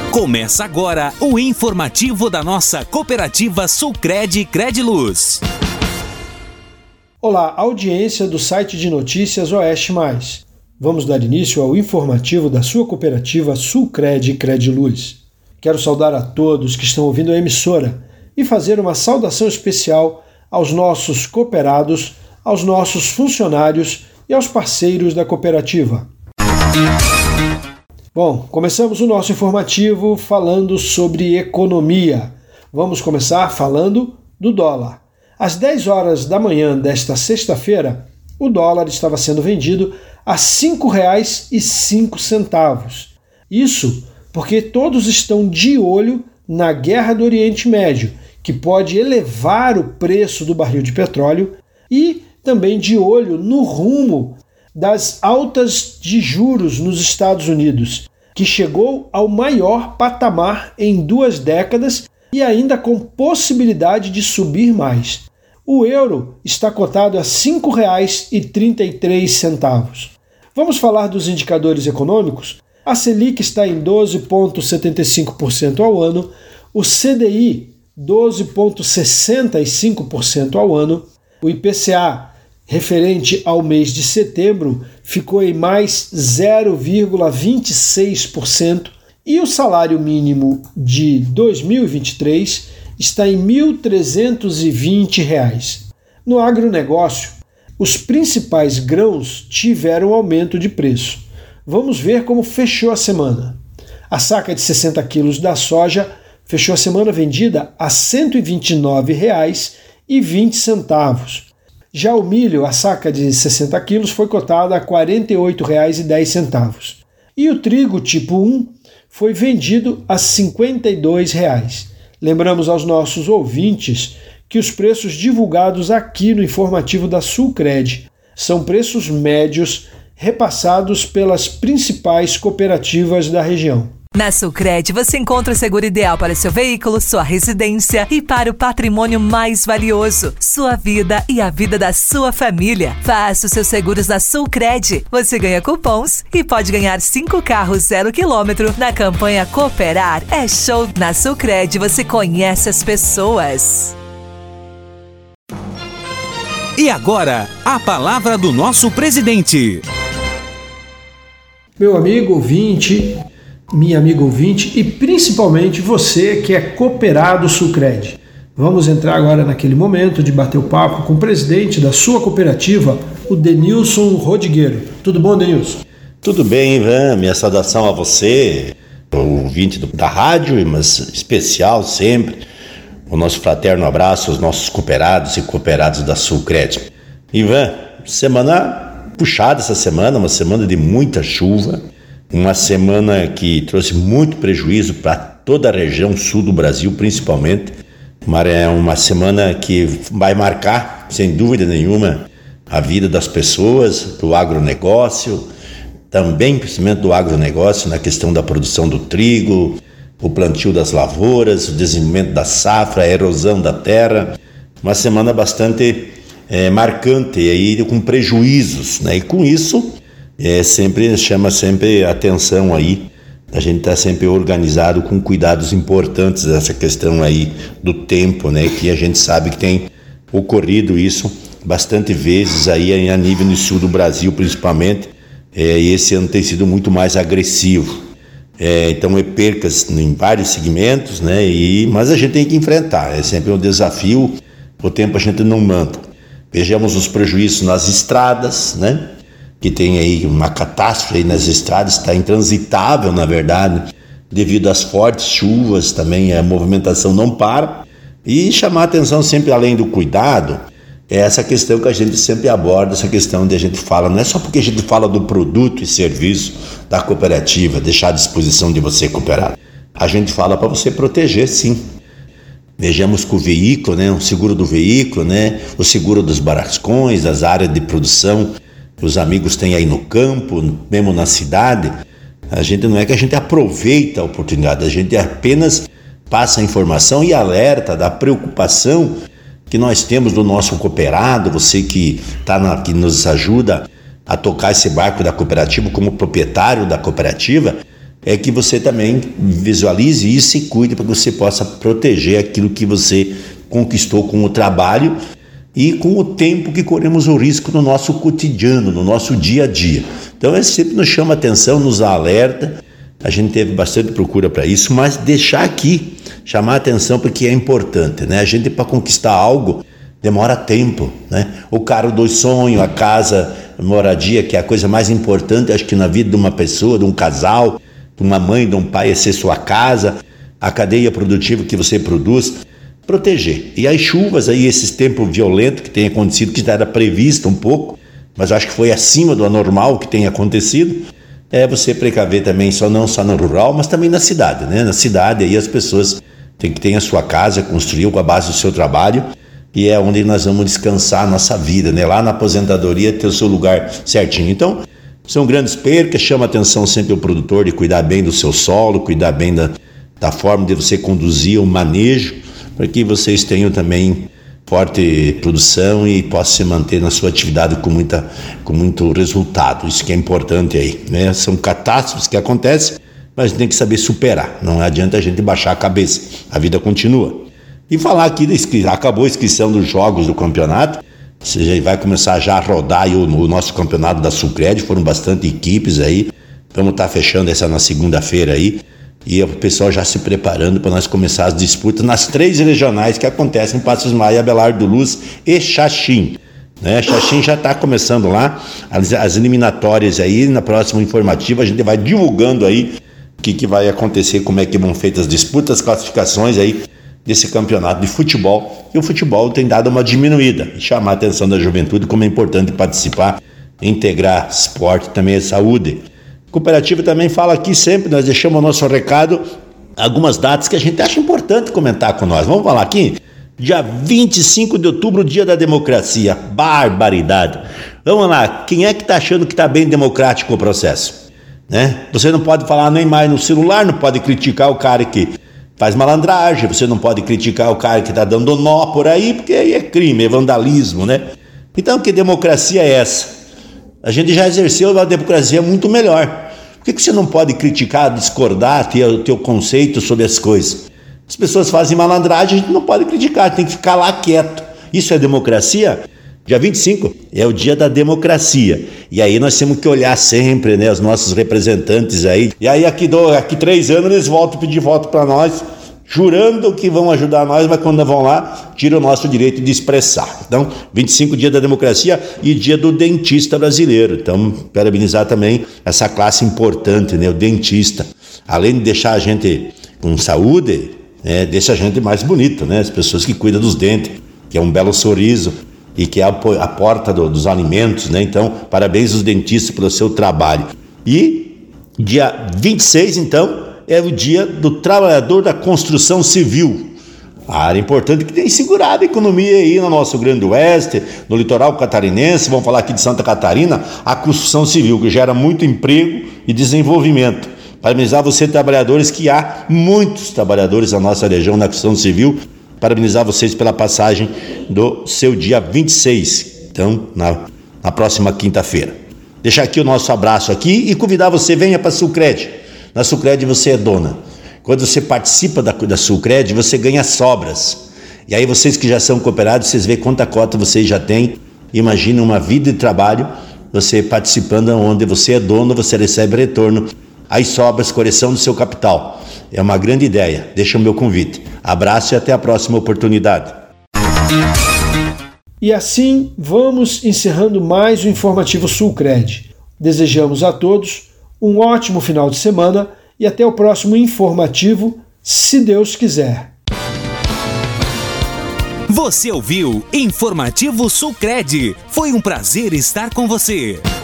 Começa agora o informativo da nossa cooperativa Sulcred Crediluz. Olá, audiência do site de notícias Oeste Mais. Vamos dar início ao informativo da sua cooperativa Sulcred Crediluz. Quero saudar a todos que estão ouvindo a emissora e fazer uma saudação especial aos nossos cooperados, aos nossos funcionários e aos parceiros da cooperativa. Bom, começamos o nosso informativo falando sobre economia. Vamos começar falando do dólar. Às 10 horas da manhã desta sexta-feira, o dólar estava sendo vendido a R$ 5,05. Isso porque todos estão de olho na guerra do Oriente Médio, que pode elevar o preço do barril de petróleo, e também de olho no rumo das altas de juros nos Estados Unidos, que chegou ao maior patamar em 2 décadas e ainda com possibilidade de subir mais. O euro está cotado a R$ 5,33. Vamos falar dos indicadores econômicos? A Selic está em 12,75% ao ano, o CDI 12,65% ao ano, o IPCA referente ao mês de setembro ficou em mais 0,26% e o salário mínimo de 2023 está em R$ 1.320. No agronegócio, os principais grãos tiveram aumento de preço. Vamos ver como fechou a semana. A saca de 60 quilos da soja fechou a semana vendida a R$ 129,20. Já o milho, a saca de 60 quilos, foi cotada a R$ 48,10. E o trigo tipo 1 foi vendido a R$ 52. Lembramos aos nossos ouvintes que os preços divulgados aqui no informativo da Sulcred são preços médios repassados pelas principais cooperativas da região. Na Sulcred você encontra o seguro ideal para seu veículo, sua residência e para o patrimônio mais valioso, sua vida e a vida da sua família. Faça os seus seguros na Sulcred. Você ganha cupons e pode ganhar 5 carros 0 km na campanha Cooperar. É show! Na Sulcred você conhece as pessoas. E agora, a palavra do nosso presidente. Meu amigo ouvinte, minha amiga ouvinte e principalmente você que é cooperado Sulcred. Vamos entrar agora naquele momento de bater o papo com o presidente da sua cooperativa, o Denilson Rodrigueiro. Tudo bom, Denilson? Tudo bem, Ivan. Minha saudação a você, o ouvinte da rádio, mas especial sempre, o nosso fraterno abraço aos nossos cooperados e cooperados da Sulcred. Ivan, semana puxada essa semana, uma semana de muita chuva, uma semana que trouxe muito prejuízo para toda a região sul do Brasil, principalmente. É uma semana que vai marcar, sem dúvida nenhuma, a vida das pessoas, do agronegócio, também principalmente do agronegócio, na questão da produção do trigo, o plantio das lavouras, o desenvolvimento da safra, a erosão da terra. Uma semana bastante marcante, e aí, com prejuízos, né? E com isso chama sempre a atenção aí, a gente está sempre organizado com cuidados importantes dessa questão aí do tempo, né? Que a gente sabe que tem ocorrido isso bastante vezes aí a nível do sul do Brasil, principalmente, e esse ano tem sido muito mais agressivo. Então percas em vários segmentos, né? Mas a gente tem que enfrentar, é sempre um desafio, o tempo a gente não manda. Vejamos os prejuízos nas estradas, né? Que tem aí uma catástrofe aí nas estradas, está intransitável, na verdade, devido às fortes chuvas, também a movimentação não para. E chamar a atenção sempre, além do cuidado, é essa questão que a gente sempre aborda, essa questão de a gente fala, não é só porque a gente fala do produto e serviço da cooperativa, deixar à disposição de você cooperar. A gente fala para você proteger, sim. Vejamos que o veículo, né, o seguro do veículo, né, o seguro dos barracões, das áreas de produção, que os amigos têm aí no campo, mesmo na cidade. A gente não é que a gente aproveita a oportunidade, a gente apenas passa a informação e alerta da preocupação que nós temos do nosso cooperado, você que que nos ajuda a tocar esse barco da cooperativa como proprietário da cooperativa, é que você também visualize isso e cuide para que você possa proteger aquilo que você conquistou com o trabalho e com o tempo que corremos o risco no nosso cotidiano, no nosso dia a dia. Então, sempre nos chama atenção, nos alerta. A gente teve bastante procura para isso, mas deixar aqui, chamar a atenção porque é importante, né? A gente, para conquistar algo, demora tempo, né? O carro do sonho, a casa, a moradia, que é a coisa mais importante, acho que na vida de uma pessoa, de um casal, de uma mãe, de um pai, é ser sua casa, a cadeia produtiva que você produz, proteger. E as chuvas aí, esses tempos violentos que tem acontecido, que já era previsto um pouco, mas acho que foi acima do anormal que tem acontecido, é você precaver também, não só no rural, mas também na cidade, né? Na cidade aí as pessoas têm que ter a sua casa, construir com a base do seu trabalho, e é onde nós vamos descansar a nossa vida, né? Lá na aposentadoria ter o seu lugar certinho. Então, são grandes percas, chama atenção sempre o produtor de cuidar bem do seu solo, cuidar bem da forma de você conduzir o manejo, para que vocês tenham também forte produção e possam se manter na sua atividade com muito resultado. Isso que é importante aí, né? São catástrofes que acontecem, mas a gente tem que saber superar. Não adianta a gente baixar a cabeça, a vida continua. E falar aqui, acabou a inscrição dos jogos do campeonato, você vai começar já a rodar aí o nosso campeonato da Sulcred, foram bastante equipes aí, vamos estar fechando essa na segunda-feira aí, e o pessoal já se preparando para nós começar as disputas nas 3 regionais que acontecem em Passos Maia, Abelardo Luz e Xaxim, né? Xaxim já está começando lá, as eliminatórias aí, na próxima informativa a gente vai divulgando aí o que vai acontecer, como é que vão feitas as disputas, as classificações aí desse campeonato de futebol, e o futebol tem dado uma diminuída, e chamar a atenção da juventude como é importante participar, integrar esporte também é saúde. Cooperativa também fala aqui sempre, nós deixamos o nosso recado, algumas datas que a gente acha importante comentar com nós. Vamos falar aqui? Dia 25 de outubro, dia da democracia. Barbaridade. Vamos lá, quem é que está achando que está bem democrático o processo? Né? Você não pode falar nem mais no celular, não pode criticar o cara que faz malandragem, você não pode criticar o cara que está dando nó por aí, porque aí é crime, é vandalismo, né? Então, que democracia é essa? A gente já exerceu uma democracia muito melhor. Por que você não pode criticar, discordar, ter o teu conceito sobre as coisas? As pessoas fazem malandragem, a gente não pode criticar, tem que ficar lá quieto. Isso é democracia? Dia 25 é o dia da democracia. E aí nós temos que olhar sempre, né, os nossos representantes aí. E aí aqui 3 anos eles voltam a pedir voto para nós, jurando que vão ajudar nós, mas quando vão lá, tiram o nosso direito de expressar. Então, 25, dia da democracia e dia do dentista brasileiro. Então, parabenizar também essa classe importante, né, o dentista. Além de deixar a gente com saúde, deixa a gente mais bonito, né, as pessoas que cuidam dos dentes, que é um belo sorriso e que é a porta dos alimentos, né? Então, parabéns aos dentistas pelo seu trabalho. E dia 26, então, é o dia do trabalhador da construção civil. A área importante que tem segurado a economia aí no nosso Grande Oeste, no litoral catarinense, vamos falar aqui de Santa Catarina, a construção civil, que gera muito emprego e desenvolvimento. Parabenizar você, trabalhadores, que há muitos trabalhadores na nossa região na construção civil. Parabenizar vocês pela passagem do seu dia 26, então, na próxima quinta-feira. Deixar aqui o nosso abraço aqui e convidar você, venha para a Sulcred. Na Sulcred você é dona. Quando você participa da Sulcred, você ganha sobras. E aí vocês que já são cooperados, vocês veem quanta cota vocês já têm. Imagina uma vida de trabalho, você participando onde você é dono, você recebe retorno. As sobras, correção do seu capital. É uma grande ideia. Deixa o meu convite. Abraço e até a próxima oportunidade. E assim vamos encerrando mais o Informativo Sulcred. Desejamos a todos um ótimo final de semana e até o próximo informativo, se Deus quiser. Você ouviu Informativo Sulcred. Foi um prazer estar com você.